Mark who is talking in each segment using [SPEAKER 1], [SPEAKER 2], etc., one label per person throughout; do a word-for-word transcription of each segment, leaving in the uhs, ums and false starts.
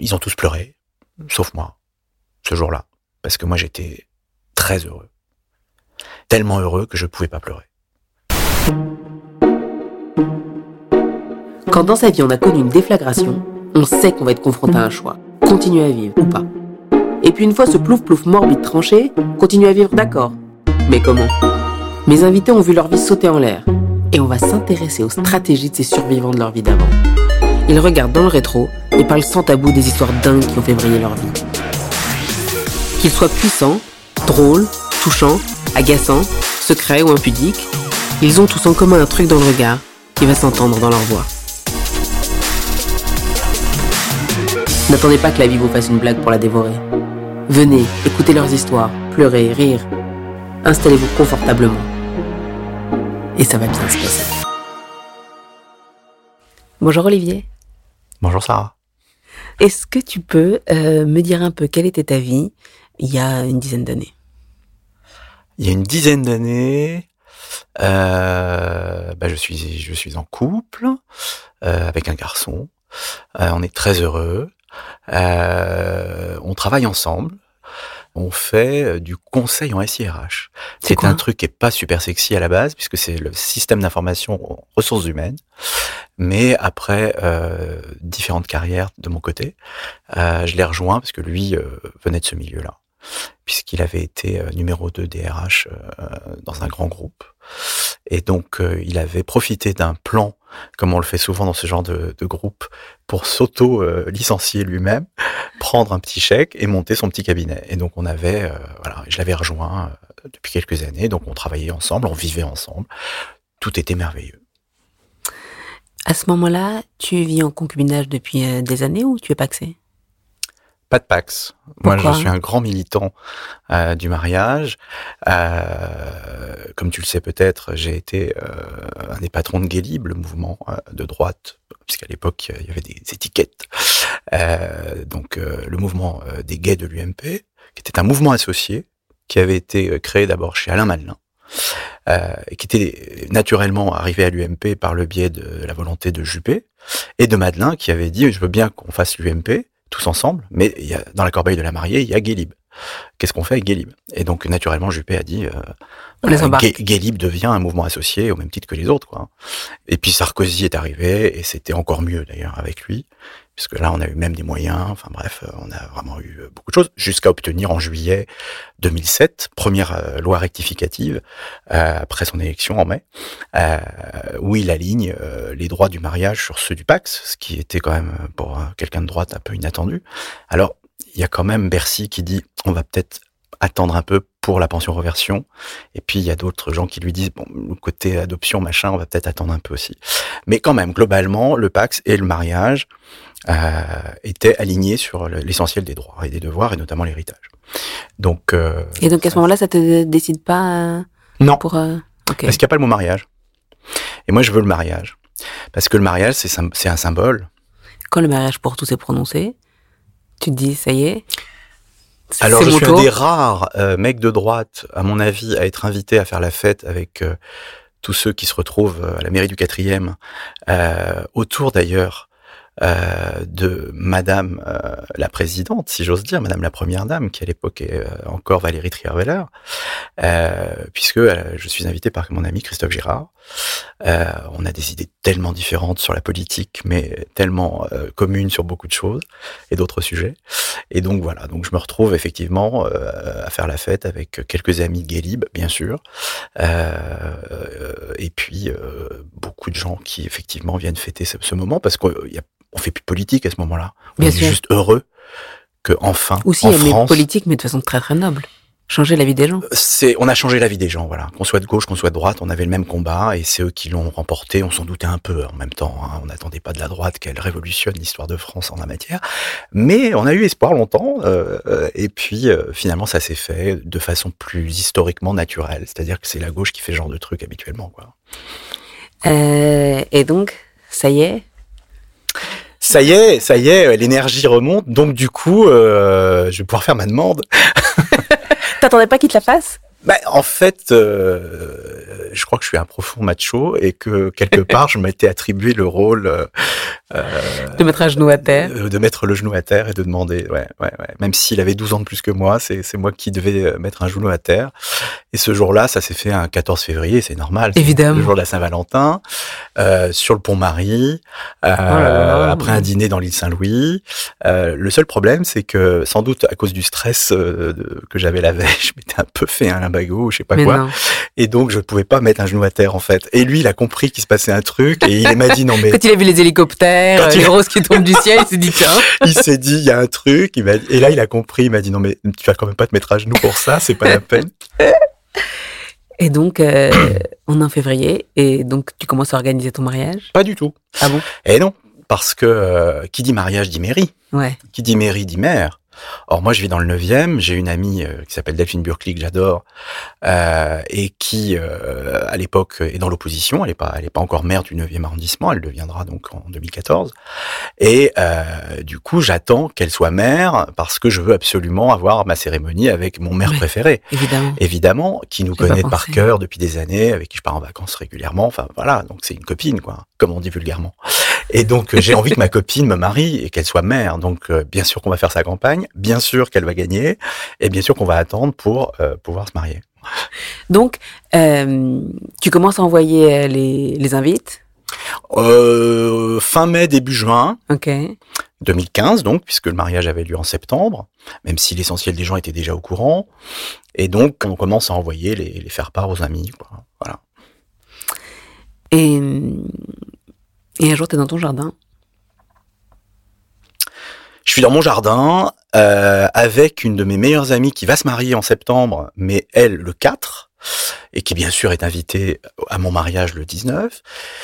[SPEAKER 1] ils ont tous pleuré, sauf moi, ce jour-là. Parce que moi, j'étais très heureux. Tellement heureux que je ne pouvais pas pleurer.
[SPEAKER 2] Quand dans sa vie on a connu une déflagration, on sait qu'on va être confronté à un choix. Continuer à vivre ou pas. Et puis une fois ce plouf-plouf morbide tranché, continuer à vivre d'accord. Mais comment ? Mes invités ont vu leur vie sauter en l'air. Et on va s'intéresser aux stratégies de ces survivants de leur vie d'avant. Ils regardent dans le rétro et parlent sans tabou des histoires dingues qui ont fait briller leur vie. Qu'ils soient puissants, drôles, touchants, agaçants, secrets ou impudiques, ils ont tous en commun un truc dans le regard qui va s'entendre dans leur voix. N'attendez pas que la vie vous fasse une blague pour la dévorer. Venez, écoutez leurs histoires, pleurez, rire. Installez-vous confortablement. Et ça va bien se passer. Bonjour Olivier.
[SPEAKER 1] Bonjour Sarah.
[SPEAKER 2] Est-ce que tu peux euh, me dire un peu quelle était ta vie il y a une dizaine d'années ?
[SPEAKER 1] Il y a une dizaine d'années, euh, bah je suis je suis en couple euh, avec un garçon. Euh, on est très heureux. Euh, on travaille ensemble. On fait du conseil en S I R H.
[SPEAKER 2] C'est,
[SPEAKER 1] c'est
[SPEAKER 2] quoi ?
[SPEAKER 1] Un truc qui est pas super sexy à la base, puisque c'est le système d'information aux ressources humaines. Mais après euh, différentes carrières de mon côté, euh, je l'ai rejoint parce que lui euh, venait de ce milieu-là, puisqu'il avait été euh, numéro deux D R H euh, dans un grand groupe. Et donc, euh, il avait profité d'un plan, comme on le fait souvent dans ce genre de, de groupe, pour s'auto-licencier lui-même, prendre un petit chèque et monter son petit cabinet. Et donc, on avait, euh, voilà, je l'avais rejoint euh, depuis quelques années. Donc, on travaillait ensemble, on vivait ensemble. Tout était merveilleux.
[SPEAKER 2] À ce moment-là, tu vis en concubinage depuis euh, des années ou tu es pacsé ?
[SPEAKER 1] Pas de Pacs. Moi, je suis un grand militant euh, du mariage. Euh, comme tu le sais peut-être, j'ai été euh, un des patrons de Gay Libre, le mouvement euh, de droite, puisqu'à l'époque, il y avait des étiquettes. Euh, donc, euh, le mouvement euh, des gays de l'U M P, qui était un mouvement associé, qui avait été créé d'abord chez Alain Madelin, euh, et qui était naturellement arrivé à l'U M P par le biais de la volonté de Juppé, et de Madelin, qui avait dit « je veux bien qu'on fasse l'U M P », tous ensemble, mais il y a, dans la corbeille de la mariée, il y a Gay Libre. Qu'est-ce qu'on fait avec Gay Libre ? Et donc, naturellement, Juppé a dit, euh, euh, Gay, Gay Libre devient un mouvement associé au même titre que les autres, quoi. Et puis Sarkozy est arrivé, et c'était encore mieux d'ailleurs avec lui, puisque là, on a eu même des moyens, enfin bref, on a vraiment eu beaucoup de choses, jusqu'à obtenir en juillet deux mille sept, première euh, loi rectificative, euh, après son élection en mai, euh, où il aligne euh, les droits du mariage sur ceux du Pacs, ce qui était quand même, pour euh, quelqu'un de droite, un peu inattendu. Alors, il y a quand même Bercy qui dit, on va peut-être attendre un peu pour la pension reversion, et puis il y a d'autres gens qui lui disent, bon, le côté adoption, machin, on va peut-être attendre un peu aussi. Mais quand même, globalement, le Pacs et le mariage euh, étaient alignés sur l'essentiel des droits et des devoirs, et notamment l'héritage. Donc, euh,
[SPEAKER 2] et donc à ce moment-là, ça te décide pas euh,
[SPEAKER 1] non,
[SPEAKER 2] pour, euh... okay.
[SPEAKER 1] Parce qu'il n'y a pas le mot mariage. Et moi, je veux le mariage. Parce que le mariage, c'est, c'est un symbole.
[SPEAKER 2] Quand le mariage pour tous est prononcé, tu te dis, ça y est.
[SPEAKER 1] C'est, Alors, c'est je suis tour. un des rares euh, mecs de droite, à mon avis, à être invité à faire la fête avec euh, tous ceux qui se retrouvent à la mairie du quatrième, euh, autour d'ailleurs euh, de Madame euh, la Présidente, si j'ose dire, Madame la Première Dame, qui à l'époque est euh, encore Valérie Trierweiler, euh, puisque euh, je suis invité par mon ami Christophe Girard. Euh, on a des idées tellement différentes sur la politique, mais tellement euh, communes sur beaucoup de choses et d'autres sujets. Et donc voilà, donc je me retrouve effectivement euh, à faire la fête avec quelques amis Gay Libre, bien sûr, euh, et puis euh, beaucoup de gens qui effectivement viennent fêter ce, ce moment, parce qu'on y a, on fait plus de politique à ce moment-là. On
[SPEAKER 2] bien
[SPEAKER 1] est
[SPEAKER 2] sûr.
[SPEAKER 1] Juste heureux que enfin
[SPEAKER 2] ou si,
[SPEAKER 1] en
[SPEAKER 2] mais
[SPEAKER 1] France,
[SPEAKER 2] politique, mais de façon très très noble. Changer la vie des gens.
[SPEAKER 1] C'est, on a changé la vie des gens, voilà. Qu'on soit de gauche, qu'on soit de droite, on avait le même combat, et c'est eux qui l'ont remporté. On s'en doutait un peu en même temps, hein. On n'attendait pas de la droite qu'elle révolutionne l'histoire de France en la matière, mais on a eu espoir longtemps. Euh, et puis euh, finalement, ça s'est fait de façon plus historiquement naturelle, c'est-à-dire que c'est la gauche qui fait ce genre de truc habituellement, quoi.
[SPEAKER 2] Euh, et donc, ça y est.
[SPEAKER 1] Ça y est, ça y est, l'énergie remonte. Donc du coup, euh, je vais pouvoir faire ma demande.
[SPEAKER 2] T'attendais pas qu'il te la fasse ?
[SPEAKER 1] Bah, en fait, euh, je crois que je suis un profond macho et que quelque part, je m'étais attribué le rôle
[SPEAKER 2] Euh, de mettre un genou à terre.
[SPEAKER 1] De, de mettre le genou à terre et de demander, ouais, ouais, ouais. Même s'il avait douze ans de plus que moi, c'est, c'est moi qui devais mettre un genou à terre. Et ce jour-là, ça s'est fait un quatorze février, c'est normal.
[SPEAKER 2] Évidemment.
[SPEAKER 1] C'est le jour de la Saint-Valentin, euh, sur le pont Marie, euh, oh là là, après ouais. un dîner dans l'île Saint-Louis. Euh, le seul problème, c'est que, sans doute, à cause du stress euh, de, que j'avais la veille, je m'étais un peu fait un limbago, ou je sais pas
[SPEAKER 2] Mais
[SPEAKER 1] quoi.
[SPEAKER 2] Non.
[SPEAKER 1] Et donc, je pouvais pas mettre un genou à terre, en fait. Et lui, il a compris qu'il se passait un truc, et il m'a dit, non mais...
[SPEAKER 2] Quand il a vu les hélicoptères, Quand les il... roses qui tombent du ciel, il s'est dit, tiens.
[SPEAKER 1] Il s'est dit, il y a un truc, il m'a... et là, il a compris, il m'a dit, non mais, tu vas quand même pas te mettre à genoux pour ça, c'est pas la peine.
[SPEAKER 2] Et donc, euh, on est en février, et donc tu commences à organiser ton mariage ?
[SPEAKER 1] Pas du tout.
[SPEAKER 2] Ah bon ?
[SPEAKER 1] Et non, parce que euh, qui dit mariage dit mairie.
[SPEAKER 2] Ouais.
[SPEAKER 1] Qui dit mairie dit maire. Or, moi, je vis dans le neuvième, j'ai une amie euh, qui s'appelle Delphine Burkli, que j'adore, euh, et qui, euh, à l'époque, est dans l'opposition. Elle n'est pas, elle est pas encore maire du neuvième arrondissement, elle deviendra donc en deux mille quatorze. Et euh, du coup, j'attends qu'elle soit maire parce que je veux absolument avoir ma cérémonie avec mon maire
[SPEAKER 2] oui,
[SPEAKER 1] préféré.
[SPEAKER 2] Évidemment.
[SPEAKER 1] Évidemment, qui nous J'ai connaît par cœur depuis des années, avec qui je pars en vacances régulièrement. Enfin, voilà, donc c'est une copine, quoi, comme on dit vulgairement. Et donc, euh, j'ai envie que ma copine me marie et qu'elle soit mère. Donc, euh, bien sûr qu'on va faire sa campagne, bien sûr qu'elle va gagner, et bien sûr qu'on va attendre pour euh, pouvoir se marier.
[SPEAKER 2] Donc, euh, tu commences à envoyer les, les invites ?
[SPEAKER 1] euh, Fin mai, début juin.
[SPEAKER 2] Ok.
[SPEAKER 1] deux mille quinze, donc, puisque le mariage avait lieu en septembre, même si l'essentiel des gens étaient déjà au courant. Et donc, on commence à envoyer les, les faire-part aux amis, quoi. Voilà.
[SPEAKER 2] Et... Et un jour, t'es dans ton jardin.
[SPEAKER 1] Je suis dans mon jardin euh, avec une de mes meilleures amies qui va se marier en septembre, mais elle le quatre, et qui bien sûr est invitée à mon mariage le dix-neuf.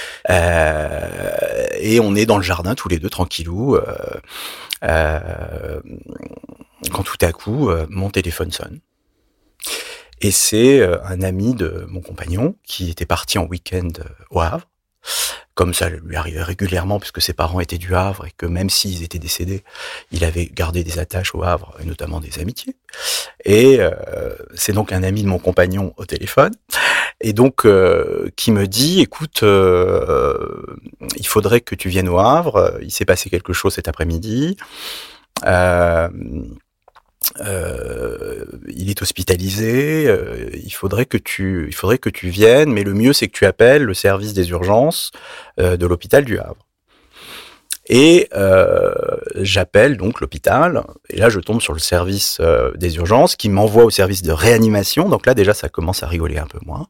[SPEAKER 1] Euh, et on est dans le jardin tous les deux tranquillou, euh, euh, quand tout à coup euh, mon téléphone sonne. Et c'est euh, un ami de mon compagnon qui était parti en week-end au Havre. Comme ça lui arrivait régulièrement, puisque ses parents étaient du Havre, et que même s'ils étaient décédés, il avait gardé des attaches au Havre, et notamment des amitiés. Et euh, c'est donc un ami de mon compagnon au téléphone, et donc euh, qui me dit, écoute, euh, il faudrait que tu viennes au Havre, il s'est passé quelque chose cet après-midi, euh, Euh, il est hospitalisé, euh, il faudrait que tu, il faudrait que tu viennes, mais le mieux c'est que tu appelles le service des urgences euh, de l'hôpital du Havre. Et euh, j'appelle donc l'hôpital, et là je tombe sur le service euh, des urgences qui m'envoie au service de réanimation, donc là déjà ça commence à rigoler un peu moins.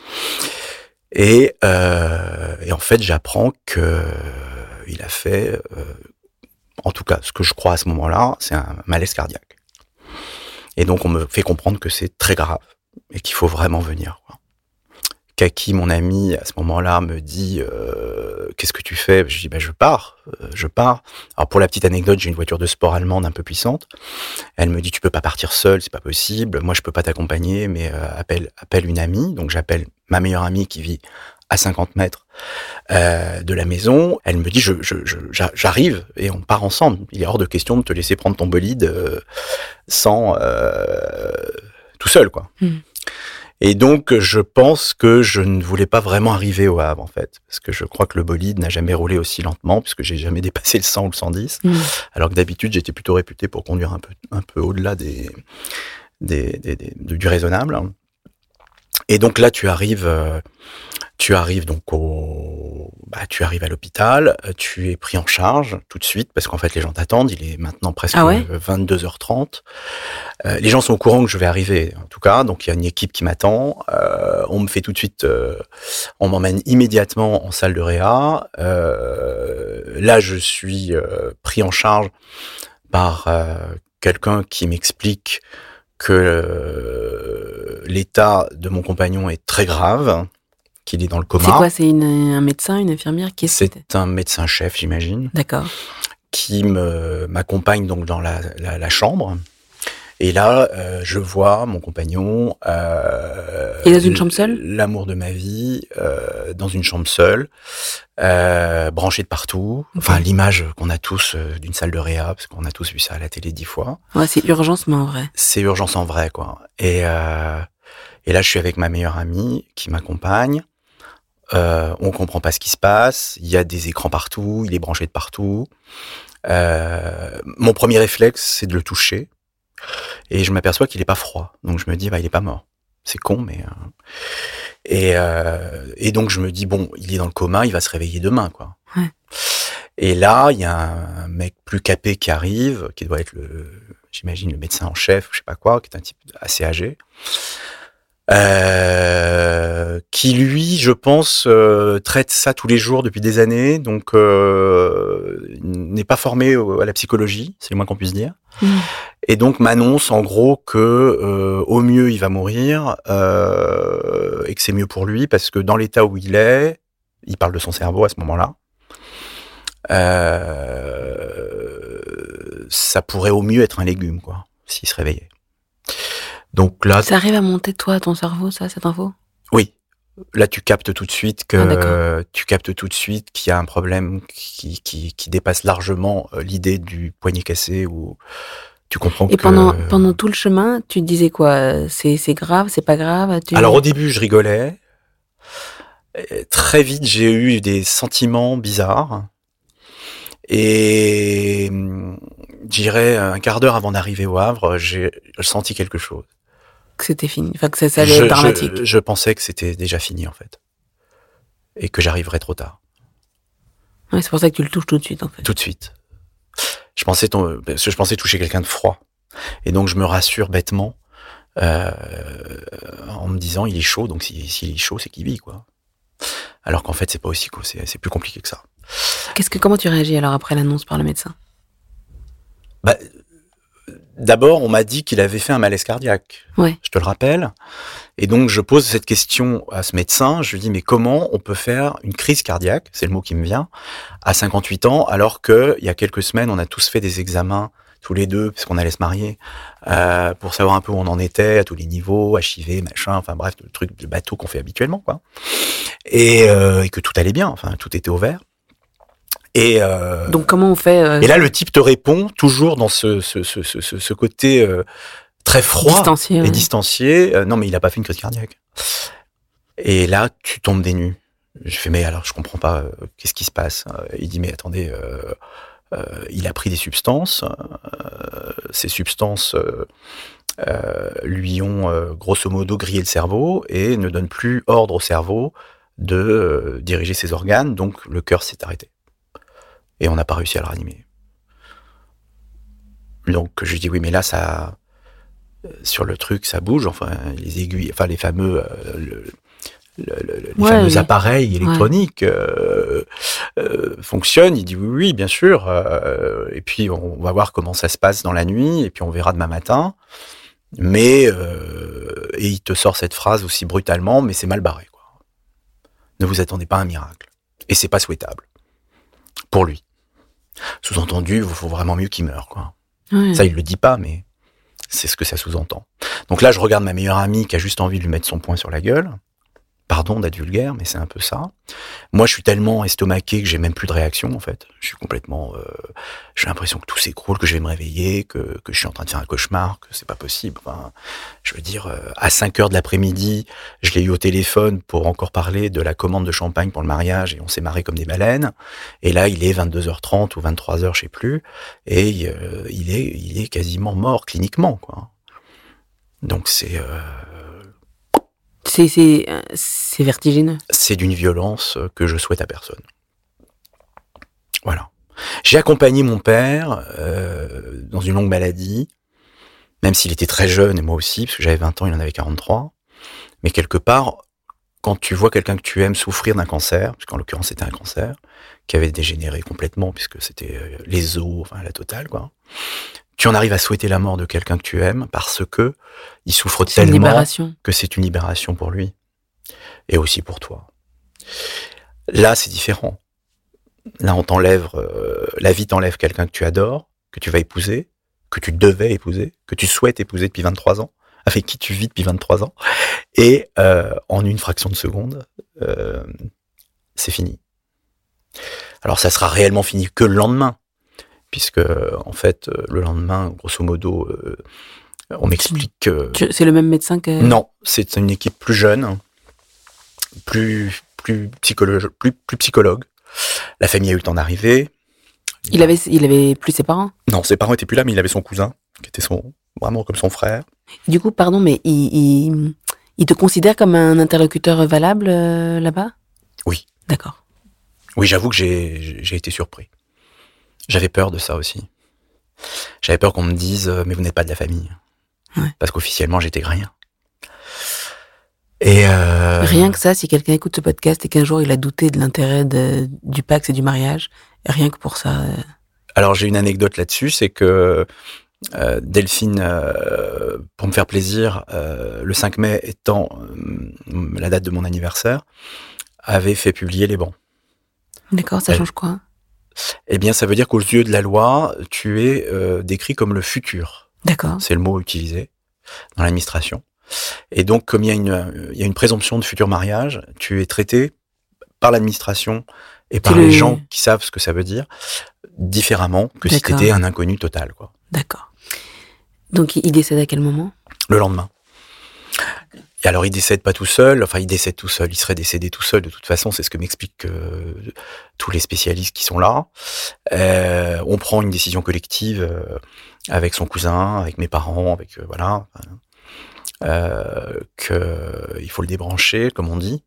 [SPEAKER 1] Et, euh, et en fait j'apprends que il a fait, euh, en tout cas ce que je crois à ce moment-là, c'est un malaise cardiaque. Et donc, on me fait comprendre que c'est très grave et qu'il faut vraiment venir, quoi. Kaki, mon ami, à ce moment-là, me dit euh, « Qu'est-ce que tu fais ?» Je dis bah, « Je pars, euh, je pars. » Alors, pour la petite anecdote, j'ai une voiture de sport allemande un peu puissante. Elle me dit « Tu peux pas partir seule, c'est pas possible. Moi, je peux pas t'accompagner, mais euh, appelle, appelle une amie. » Donc, j'appelle ma meilleure amie qui vit à cinquante mètres euh, de la maison. Elle me dit je, je, je, j'arrive et on part ensemble. Il est hors de question de te laisser prendre ton bolide euh, sans euh, tout seul, quoi. Mmh. Et donc je pense que je ne voulais pas vraiment arriver au Havre, en fait, parce que je crois que le bolide n'a jamais roulé aussi lentement, puisque j'ai jamais dépassé le cent ou le cent dix, mmh. alors que d'habitude j'étais plutôt réputé pour conduire un peu un peu au-delà des, des, des, des du raisonnable. Et donc là tu arrives euh, Tu arrives donc au, bah, tu arrives à l'hôpital, tu es pris en charge tout de suite parce qu'en fait les gens t'attendent. Il est maintenant presque ah ouais vingt-deux heures trente. Euh, les gens sont au courant que je vais arriver, en tout cas. Donc il y a une équipe qui m'attend. Euh, on me fait tout de suite, euh, on m'emmène immédiatement en salle de réa. Euh, là, je suis euh, pris en charge par euh, quelqu'un qui m'explique que euh, l'état de mon compagnon est très grave. Qu'il est dans le coma.
[SPEAKER 2] C'est quoi, c'est une, un médecin, une infirmière? Qu'est-ce
[SPEAKER 1] C'est
[SPEAKER 2] que
[SPEAKER 1] un médecin-chef, j'imagine.
[SPEAKER 2] D'accord.
[SPEAKER 1] Qui me, m'accompagne donc dans la, la, la chambre. Et là, euh, je vois mon compagnon... Euh,
[SPEAKER 2] Et dans une chambre seule?
[SPEAKER 1] L'amour de ma vie, euh, dans une chambre seule, euh, branché de partout. Okay. Enfin, l'image qu'on a tous euh, d'une salle de réa, parce qu'on a tous vu ça à la télé dix fois.
[SPEAKER 2] Ouais, c'est urgence, mais en vrai.
[SPEAKER 1] C'est urgence en vrai, quoi. Et, euh, et là, je suis avec ma meilleure amie qui m'accompagne. euh, on comprend pas ce qui se passe, il y a des écrans partout, il est branché de partout. Euh, mon premier réflexe, c'est de le toucher, et je m'aperçois qu'il est pas froid, donc je me dis, bah, il est pas mort. C'est con, mais... Euh... Et, euh... et donc je me dis, bon, il est dans le coma, il va se réveiller demain, quoi.
[SPEAKER 2] Ouais.
[SPEAKER 1] Et là, il y a un mec plus capé qui arrive, qui doit être, le, j'imagine, le médecin en chef, ou je sais pas quoi, qui est un type assez âgé, euh, qui lui, je pense, euh, traite ça tous les jours depuis des années, donc euh, n'est pas formé à la psychologie, c'est le moins qu'on puisse dire. Mmh. Et donc m'annonce en gros que euh, au mieux il va mourir euh, et que c'est mieux pour lui parce que dans l'état où il est, il parle de son cerveau à ce moment-là, euh, ça pourrait au mieux être un légume, quoi, s'il se réveillait. Donc là,
[SPEAKER 2] ça arrive à monter toi, ton cerveau, ça, cette info ?
[SPEAKER 1] Oui. Là, tu captes tout de suite que ah, tu captes tout de suite qu'il y a un problème qui qui, qui dépasse largement l'idée du poignet cassé ou tu comprends
[SPEAKER 2] et
[SPEAKER 1] que.
[SPEAKER 2] Et pendant pendant tout le chemin, tu te disais quoi ? C'est c'est grave, c'est pas grave ? Tu...
[SPEAKER 1] Alors au début, je rigolais. Et très vite, j'ai eu des sentiments bizarres. Et j'irais un quart d'heure avant d'arriver au Havre, j'ai senti quelque chose.
[SPEAKER 2] Que c'était fini, enfin que ça, ça allait être dramatique.
[SPEAKER 1] Je, je pensais que c'était déjà fini en fait, et que j'arriverais trop tard.
[SPEAKER 2] Ouais, c'est pour ça que tu le touches tout de suite en fait.
[SPEAKER 1] Tout de suite. Je pensais, ton, parce que je pensais toucher quelqu'un de froid, et donc je me rassure bêtement euh, en me disant il est chaud, donc s'il, s'il est chaud, c'est qu'il vit quoi. Alors qu'en fait c'est pas aussi cool, c'est, c'est plus compliqué que ça.
[SPEAKER 2] Qu'est-ce que comment tu réagis alors après l'annonce par le médecin ?
[SPEAKER 1] Bah. D'abord, on m'a dit qu'il avait fait un malaise cardiaque.
[SPEAKER 2] Ouais.
[SPEAKER 1] Je te le rappelle. Et donc, je pose cette question à ce médecin. Je lui dis, mais comment on peut faire une crise cardiaque, c'est le mot qui me vient, à cinquante-huit ans, alors que il y a quelques semaines, on a tous fait des examens, tous les deux, parce qu'on allait se marier, euh, pour savoir un peu où on en était, à tous les niveaux, H I V, machin, enfin bref, le truc de bateau qu'on fait habituellement, quoi. Et, euh, et que tout allait bien, enfin, tout était au vert. Et euh,
[SPEAKER 2] donc comment on fait euh,
[SPEAKER 1] Et là, le type te répond toujours dans ce ce ce ce, ce côté euh, très froid
[SPEAKER 2] distancié,
[SPEAKER 1] et
[SPEAKER 2] ouais.
[SPEAKER 1] distancié. Euh, non, mais il a pas fait une crise cardiaque. Et là, tu tombes des nues. Je fais mais alors je comprends pas. Euh, qu'est-ce qui se passe ? euh, Il dit mais attendez, euh, euh, il a pris des substances. Euh, ces substances euh, euh, lui ont euh, grosso modo grillé le cerveau et ne donnent plus ordre au cerveau de euh, diriger ses organes. Donc le cœur s'est arrêté. Et on n'a pas réussi à le ranimer. Donc je dis oui, mais là ça, sur le truc, ça bouge. Enfin les aiguilles, enfin les fameux, euh, le, le, le, les
[SPEAKER 2] ouais,
[SPEAKER 1] fameux
[SPEAKER 2] oui.
[SPEAKER 1] appareils électroniques ouais. euh, euh, fonctionnent. Il dit oui, oui, bien sûr. Euh, et puis on va voir comment ça se passe dans la nuit. Et puis on verra demain matin. Mais euh, et il te sort cette phrase aussi brutalement, mais c'est mal barré, quoi. Ne vous attendez pas à un miracle. Et c'est pas souhaitable pour lui. Sous-entendu, il faut vraiment mieux qu'il meure, quoi. Ouais. Ça, il le dit pas, mais c'est ce que ça sous-entend. Donc là, je regarde ma meilleure amie qui a juste envie de lui mettre son poing sur la gueule. Pardon d'être vulgaire, mais c'est un peu ça. Moi, je suis tellement estomaqué que j'ai même plus de réaction, en fait. Je suis complètement... Euh, j'ai l'impression que tout s'écroule, que je vais me réveiller, que, que je suis en train de faire un cauchemar, que c'est pas possible. Enfin, je veux dire, euh, à cinq heures de l'après-midi, je l'ai eu au téléphone pour encore parler de la commande de champagne pour le mariage, et on s'est marré comme des baleines. Et là, il est vingt-deux heures trente ou vingt-trois heures, je sais plus, et euh, il est, il est quasiment mort cliniquement, quoi. Donc c'est... Euh,
[SPEAKER 2] C'est, c'est, c'est vertigineux.
[SPEAKER 1] C'est d'une violence que je souhaite à personne. Voilà. J'ai accompagné mon père euh, dans une longue maladie, même s'il était très jeune, et moi aussi, parce que j'avais vingt ans, il en avait quarante-trois. Mais quelque part, quand tu vois quelqu'un que tu aimes souffrir d'un cancer, parce qu'en l'occurrence c'était un cancer, qui avait dégénéré complètement, puisque c'était euh, les os, enfin la totale, quoi. Tu en arrives à souhaiter la mort de quelqu'un que tu aimes parce que il souffre c'est tellement que c'est une libération pour lui et aussi pour toi. Là, c'est différent. Là, on t'enlève, euh, la vie t'enlève quelqu'un que tu adores, que tu vas épouser, que tu devais épouser, que tu souhaites épouser depuis vingt-trois ans, avec qui tu vis depuis vingt-trois ans, et euh, en une fraction de seconde, euh, c'est fini. Alors, ça sera réellement fini que le lendemain. Puisque, en fait, le lendemain, grosso modo, euh, on m'explique que...
[SPEAKER 2] C'est le même médecin que...
[SPEAKER 1] Non, c'est une équipe plus jeune, plus, plus psychologue, plus, plus psychologue. La famille a eu le temps d'arriver.
[SPEAKER 2] Il avait, il avait plus ses parents?
[SPEAKER 1] Non, ses parents étaient plus là, mais il avait son cousin, qui était son, vraiment comme son frère.
[SPEAKER 2] Du coup, pardon, mais il, il, il te considère comme un interlocuteur valable euh, là-bas?
[SPEAKER 1] Oui.
[SPEAKER 2] D'accord.
[SPEAKER 1] Oui, j'avoue que j'ai, j'ai été surpris. J'avais peur de ça aussi. J'avais peur qu'on me dise euh, « mais vous n'êtes pas de la famille
[SPEAKER 2] ouais. ». Parce
[SPEAKER 1] qu'officiellement, j'étais rien. Et euh...
[SPEAKER 2] Rien que ça, si quelqu'un écoute ce podcast et qu'un jour il a douté de l'intérêt de, du Pacs et du mariage, rien que pour ça... Euh...
[SPEAKER 1] Alors j'ai une anecdote là-dessus, c'est que euh, Delphine, euh, pour me faire plaisir, euh, le cinq mai étant euh, la date de mon anniversaire, avait fait publier les bans.
[SPEAKER 2] D'accord, ça Elle... change quoi?
[SPEAKER 1] Eh bien, ça veut dire qu'aux yeux de la loi, tu es euh, décrit comme le futur.
[SPEAKER 2] D'accord.
[SPEAKER 1] C'est le mot utilisé dans l'administration. Et donc, comme il y a une, il y a une présomption de futur mariage, tu es traité par l'administration et par le... les gens qui savent ce que ça veut dire différemment que D'accord. si tu étais un inconnu total, quoi.
[SPEAKER 2] D'accord. Donc, il décède à quel moment?
[SPEAKER 1] Le lendemain. Et alors, il décède pas tout seul, enfin, il décède tout seul, il serait décédé tout seul, de toute façon, c'est ce que m'expliquent euh, tous les spécialistes qui sont là. Euh, on prend une décision collective euh, avec son cousin, avec mes parents, avec, euh, voilà, euh, qu'il faut le débrancher, comme on dit.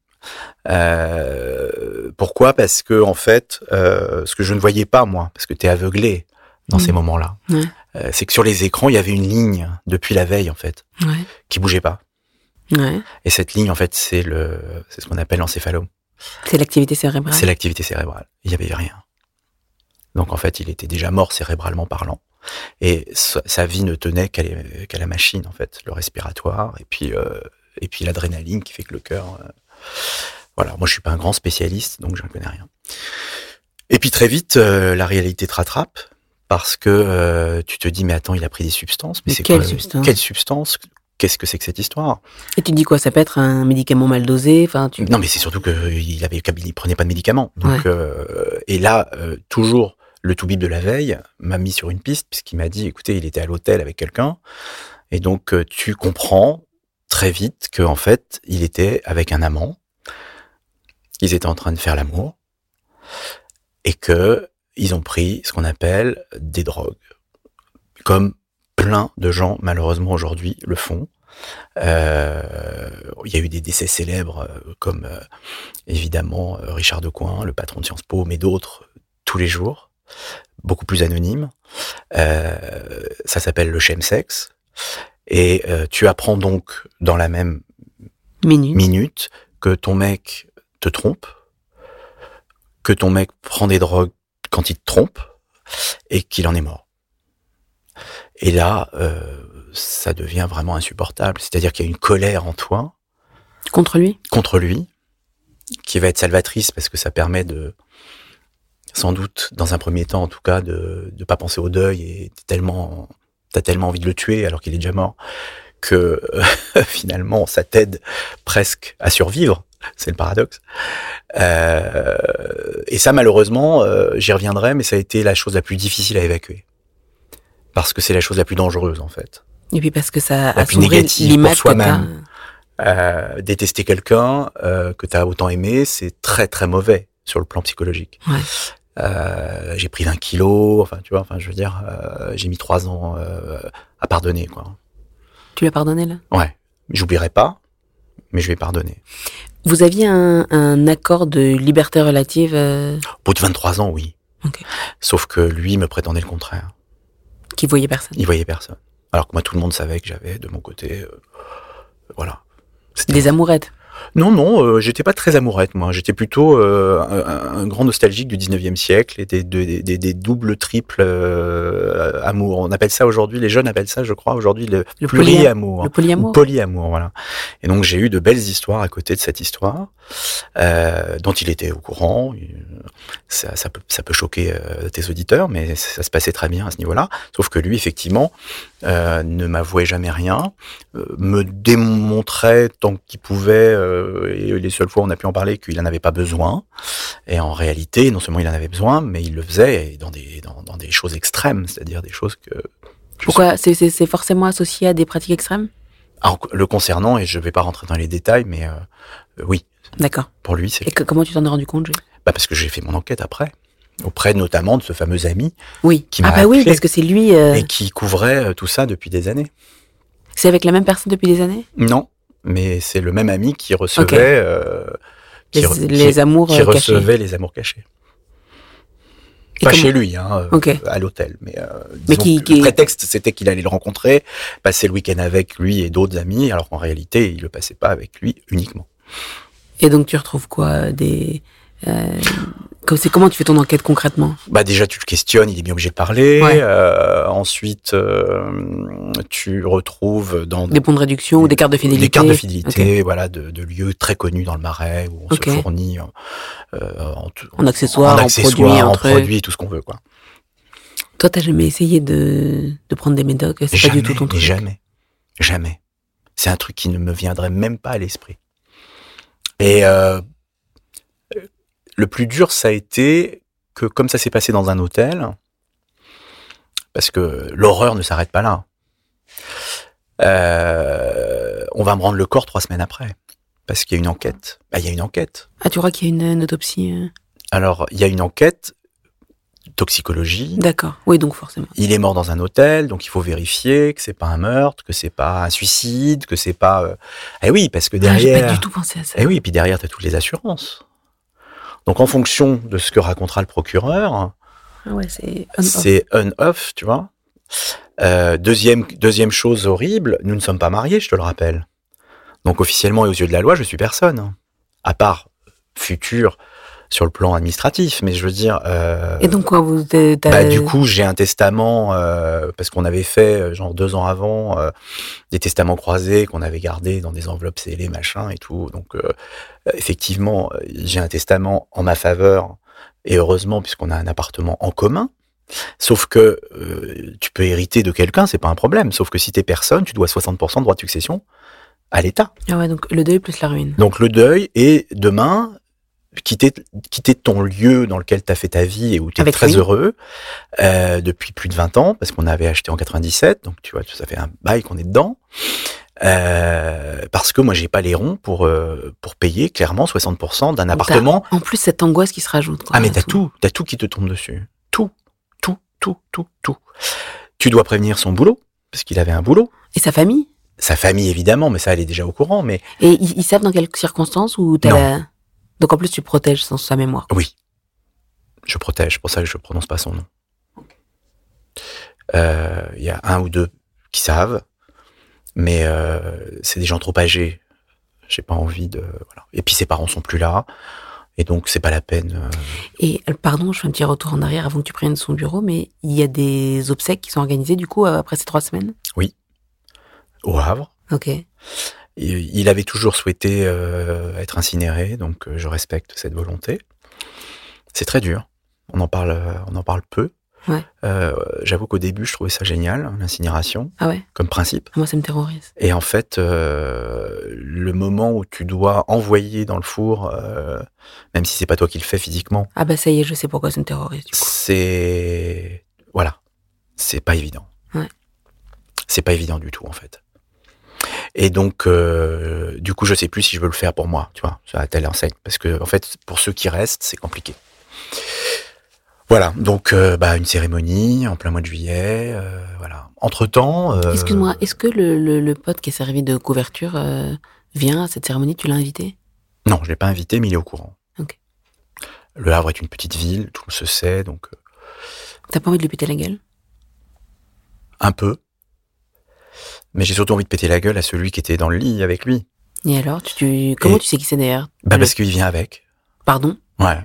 [SPEAKER 1] Euh, pourquoi? Parce que, en fait, euh, ce que je ne voyais pas, moi, parce que t'es aveuglé dans mmh. ces moments-là,
[SPEAKER 2] ouais.
[SPEAKER 1] euh, c'est que sur les écrans, il y avait une ligne, depuis la veille, en fait,
[SPEAKER 2] ouais.
[SPEAKER 1] qui bougeait pas.
[SPEAKER 2] Ouais.
[SPEAKER 1] Et cette ligne, en fait, c'est le, c'est ce qu'on appelle l'encéphalome.
[SPEAKER 2] C'est l'activité cérébrale.
[SPEAKER 1] C'est l'activité cérébrale. Il y avait rien. Donc, en fait, il était déjà mort cérébralement parlant. Et sa, sa vie ne tenait qu'à, les, qu'à la machine, en fait, le respiratoire, et puis, euh, et puis l'adrénaline qui fait que le cœur. Euh, voilà. Moi, je suis pas un grand spécialiste, donc je ne connais rien. Et puis très vite, euh, la réalité te rattrape parce que euh, tu te dis, mais attends, il a pris des substances. Mais, mais c'est
[SPEAKER 2] quelle
[SPEAKER 1] quoi,
[SPEAKER 2] substance
[SPEAKER 1] Quelle substance Qu'est-ce que c'est que cette histoire?
[SPEAKER 2] Et tu dis quoi? Ça peut être un médicament mal dosé, enfin tu...
[SPEAKER 1] Non, mais c'est surtout qu'il avait, il prenait pas de médicaments. Donc,
[SPEAKER 2] ouais.
[SPEAKER 1] euh, et là, euh, toujours le toubib de la veille m'a mis sur une piste puisqu'il m'a dit, écoutez, il était à l'hôtel avec quelqu'un, et donc euh, tu comprends très vite que en fait, il était avec un amant, qu'ils étaient en train de faire l'amour, et que ils ont pris ce qu'on appelle des drogues, comme plein de gens, malheureusement, aujourd'hui, le font. Euh, il y a eu des décès célèbres, euh, comme, euh, évidemment, euh, Richard Decoing, le patron de Sciences Po, mais d'autres, euh, tous les jours, beaucoup plus anonymes. Euh, ça s'appelle le chemsex. Et euh, tu apprends donc, dans la même
[SPEAKER 2] minute.
[SPEAKER 1] minute, que ton mec te trompe, que ton mec prend des drogues quand il te trompe, et qu'il en est mort. Et là, euh, ça devient vraiment insupportable. C'est-à-dire qu'il y a une colère en toi.
[SPEAKER 2] Contre lui?
[SPEAKER 1] Contre lui, qui va être salvatrice parce que ça permet de, sans doute, dans un premier temps en tout cas, de ne pas penser au deuil et t'es tellement, t'as tellement envie de le tuer alors qu'il est déjà mort que euh, finalement ça t'aide presque à survivre. C'est le paradoxe. Euh, et ça, malheureusement, euh, j'y reviendrai, mais ça a été la chose la plus difficile à évacuer. Parce que c'est la chose la plus dangereuse, en fait.
[SPEAKER 2] Et puis parce que ça
[SPEAKER 1] a plus négative pour soi-même. Euh, détester quelqu'un euh, que tu as autant aimé, c'est très très mauvais sur le plan psychologique.
[SPEAKER 2] Ouais.
[SPEAKER 1] Euh, j'ai pris vingt kilos, enfin tu vois, enfin je veux dire, euh, j'ai mis trois ans euh, à pardonner, quoi.
[SPEAKER 2] Tu l'as pardonné là?
[SPEAKER 1] Ouais. J'oublierai pas, mais je vais pardonner.
[SPEAKER 2] Vous aviez un, un accord de liberté relative euh...
[SPEAKER 1] Au bout de vingt-trois ans, oui.
[SPEAKER 2] Okay.
[SPEAKER 1] Sauf que lui me prétendait le contraire.
[SPEAKER 2] Qui voyait personne.
[SPEAKER 1] Il voyait personne. Alors que moi, tout le monde savait que j'avais de mon côté, euh, voilà.
[SPEAKER 2] C'était des amourettes.
[SPEAKER 1] Non, non, euh, j'étais pas très amourette, moi. J'étais plutôt euh, un, un grand nostalgique du dix-neuvième siècle et des, des, des, des doubles, triples euh, amours. On appelle ça aujourd'hui, les jeunes appellent ça, je crois, aujourd'hui le,
[SPEAKER 2] le
[SPEAKER 1] polyamour.
[SPEAKER 2] Le polyamour.
[SPEAKER 1] Polyamour, voilà. Et donc, j'ai eu de belles histoires à côté de cette histoire, euh, dont il était au courant. Ça, ça, peut, ça peut choquer euh, tes auditeurs, mais ça se passait très bien à ce niveau-là. Sauf que lui, effectivement, euh, ne m'avouait jamais rien, euh, me démontrait tant qu'il pouvait, euh, et les seules fois où on a pu en parler, qu'il n'en avait pas besoin. Et en réalité, non seulement il en avait besoin, mais il le faisait dans des, dans, dans des choses extrêmes, c'est-à-dire des choses que...
[SPEAKER 2] Pourquoi? C'est, c'est, c'est forcément associé à des pratiques extrêmes?
[SPEAKER 1] Alors, le concernant, et je ne vais pas rentrer dans les détails, mais euh, oui,
[SPEAKER 2] D'accord.
[SPEAKER 1] Pour lui, c'est...
[SPEAKER 2] Et que, comment tu t'en es rendu compte, Jay ?
[SPEAKER 1] Bah parce que j'ai fait mon enquête après, auprès notamment de ce fameux ami
[SPEAKER 2] oui.
[SPEAKER 1] qui m'a
[SPEAKER 2] ah bah
[SPEAKER 1] appelé
[SPEAKER 2] oui, parce que c'est lui... Euh...
[SPEAKER 1] et qui couvrait euh, tout ça depuis des années.
[SPEAKER 2] C'est avec la même personne depuis des années ?
[SPEAKER 1] Non, mais c'est le même ami qui recevait...
[SPEAKER 2] Okay.
[SPEAKER 1] Euh, qui
[SPEAKER 2] les,
[SPEAKER 1] re-
[SPEAKER 2] les
[SPEAKER 1] qui,
[SPEAKER 2] amours
[SPEAKER 1] qui
[SPEAKER 2] cachés.
[SPEAKER 1] recevait les amours cachés.
[SPEAKER 2] Et
[SPEAKER 1] Pas
[SPEAKER 2] comment...
[SPEAKER 1] chez lui, hein,
[SPEAKER 2] okay.
[SPEAKER 1] euh, à l'hôtel. Mais, euh,
[SPEAKER 2] mais qui,
[SPEAKER 1] le
[SPEAKER 2] qui...
[SPEAKER 1] prétexte, c'était qu'il allait le rencontrer, passer le week-end avec lui et d'autres amis, alors qu'en réalité, il le passait pas avec lui uniquement.
[SPEAKER 2] Et donc, tu retrouves quoi des... Euh... C'est comment tu fais ton enquête concrètement ?
[SPEAKER 1] Bah déjà tu le questionnes, il est bien obligé de parler.
[SPEAKER 2] Ouais.
[SPEAKER 1] Euh, ensuite, euh, tu retrouves dans
[SPEAKER 2] des bons de réduction des, ou des cartes de fidélité.
[SPEAKER 1] Des cartes de fidélité,
[SPEAKER 2] okay.
[SPEAKER 1] voilà, de, de lieux très connus dans le Marais où on
[SPEAKER 2] okay.
[SPEAKER 1] se fournit euh, en,
[SPEAKER 2] en accessoires, en,
[SPEAKER 1] en, accessoires,
[SPEAKER 2] produits,
[SPEAKER 1] en,
[SPEAKER 2] en
[SPEAKER 1] produits, tout ce qu'on veut, quoi.
[SPEAKER 2] Toi, t'as jamais essayé de de prendre des médocs ? C'est
[SPEAKER 1] jamais,
[SPEAKER 2] pas du tout ton truc.
[SPEAKER 1] Jamais, jamais. C'est un truc qui ne me viendrait même pas à l'esprit. Et euh, le plus dur, ça a été que comme ça s'est passé dans un hôtel, parce que l'horreur ne s'arrête pas là, euh, on va me rendre le corps trois semaines après, parce qu'il y a une enquête. Bah, il y a une enquête.
[SPEAKER 2] Ah, tu crois qu'il y a une, une autopsie euh...
[SPEAKER 1] Alors, il y a une enquête, toxicologie.
[SPEAKER 2] D'accord, oui, donc forcément.
[SPEAKER 1] Il est mort dans un hôtel, donc il faut vérifier que c'est pas un meurtre, que c'est pas un suicide, que c'est pas... Euh... Eh oui, parce que derrière...
[SPEAKER 2] Ah, j'ai pas du tout pensé à ça.
[SPEAKER 1] Eh oui, et puis derrière, t'as toutes les assurances. Donc, en fonction de ce que racontera le procureur,
[SPEAKER 2] ah ouais, c'est on-off.
[SPEAKER 1] C'est on-off, tu vois. Euh, deuxième, deuxième chose horrible, nous ne sommes pas mariés, je te le rappelle. Donc, officiellement et aux yeux de la loi, je suis personne. À part futur sur le plan administratif, mais je veux dire... Euh,
[SPEAKER 2] et donc, quoi, vous...
[SPEAKER 1] Bah, du coup, j'ai un testament, euh, parce qu'on avait fait, genre deux ans avant, euh, des testaments croisés qu'on avait gardés dans des enveloppes scellées, machin et tout. Donc, euh, effectivement, j'ai un testament en ma faveur, et heureusement, puisqu'on a un appartement en commun. Sauf que euh, tu peux hériter de quelqu'un, c'est pas un problème. Sauf que si t'es personne, tu dois soixante pour cent de droits de succession à l'État.
[SPEAKER 2] Ah ouais, donc le deuil plus la ruine.
[SPEAKER 1] Donc le deuil, et demain... Quitter, quitter ton lieu dans lequel tu as fait ta vie et où tu es très lui. heureux euh, depuis plus de vingt ans, parce qu'on avait acheté en quatre-vingt-dix-sept, donc tu vois, ça fait un bail qu'on est dedans. Euh, parce que moi, j'ai pas les ronds pour, euh, pour payer clairement soixante pour cent d'un donc appartement.
[SPEAKER 2] En plus, cette angoisse qui se rajoute. Quoi,
[SPEAKER 1] ah, mais t'as tout. tout, t'as tout qui te tombe dessus. Tout, tout, tout, tout, tout. Tu dois prévenir son boulot, parce qu'il avait un boulot.
[SPEAKER 2] Et sa famille ?
[SPEAKER 1] Sa famille, évidemment, mais ça, elle est déjà au courant. Mais...
[SPEAKER 2] Et ils, ils savent dans quelles circonstances où t'as
[SPEAKER 1] non.
[SPEAKER 2] La... Donc en plus, tu protèges sans sa mémoire.
[SPEAKER 1] Oui, je protège, c'est pour ça que je ne prononce pas son nom. Il euh, y a un ou deux qui savent, mais euh, c'est des gens trop âgés. J'ai pas envie de... Voilà. Et puis ses parents sont plus là, et donc c'est pas la peine. Euh...
[SPEAKER 2] Et pardon, je fais un petit retour en arrière avant que tu prennes son bureau, mais il y a des obsèques qui sont organisées du coup après ces trois semaines ?
[SPEAKER 1] Oui, au Havre.
[SPEAKER 2] Ok.
[SPEAKER 1] Il avait toujours souhaité euh, être incinéré, donc euh, je respecte cette volonté. C'est très dur. On en parle, on en parle peu.
[SPEAKER 2] Ouais.
[SPEAKER 1] Euh, j'avoue qu'au début, je trouvais ça génial, l'incinération,
[SPEAKER 2] ah ouais.
[SPEAKER 1] comme principe.
[SPEAKER 2] Moi, ça me terrorise.
[SPEAKER 1] Et en fait, euh, le moment où tu dois envoyer dans le four, euh, même si c'est pas toi qui le fais physiquement.
[SPEAKER 2] Ah bah ça y est, je sais pourquoi ça me terrorise. Du coup.
[SPEAKER 1] C'est voilà, c'est pas évident.
[SPEAKER 2] Ouais.
[SPEAKER 1] C'est pas évident du tout en fait. Et donc, euh, du coup, je sais plus si je veux le faire pour moi, tu vois, à telle enseigne. Parce que, en fait, pour ceux qui restent, c'est compliqué. Voilà, donc, euh, bah, une cérémonie en plein mois de juillet, euh, voilà. Entre-temps... Euh,
[SPEAKER 2] Excuse-moi, est-ce que le, le, le pote qui est servi de couverture euh, vient à cette cérémonie ? Tu l'as invité ?
[SPEAKER 1] Non, je l'ai pas invité, mais il est au courant.
[SPEAKER 2] Ok.
[SPEAKER 1] Le Havre est une petite ville, tout se sait, donc... Euh,
[SPEAKER 2] T'as pas envie de lui péter la gueule ?
[SPEAKER 1] Un peu. Mais j'ai surtout envie de péter la gueule à celui qui était dans le lit avec lui.
[SPEAKER 2] Et alors, tu, tu comment
[SPEAKER 1] et,
[SPEAKER 2] tu sais qui c'est d'ailleurs ?
[SPEAKER 1] Bah parce qu'il vient avec.
[SPEAKER 2] Pardon ?
[SPEAKER 1] Ouais.